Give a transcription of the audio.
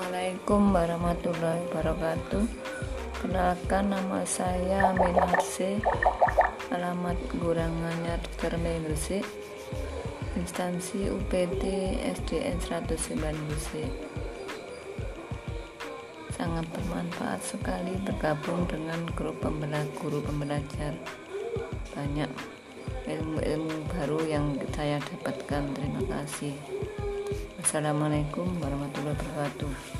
Assalamualaikum warahmatullahi wabarakatuh. Kenalkan, nama saya Minarse, alamat Gurangannya Terme Gresik, instansi UPT SDN 109 Gresik. Sangat bermanfaat sekali bergabung dengan grup guru pembelajar. Banyak ilmu-ilmu baru yang saya dapatkan. Terima kasih. Assalamualaikum warahmatullahi wabarakatuh.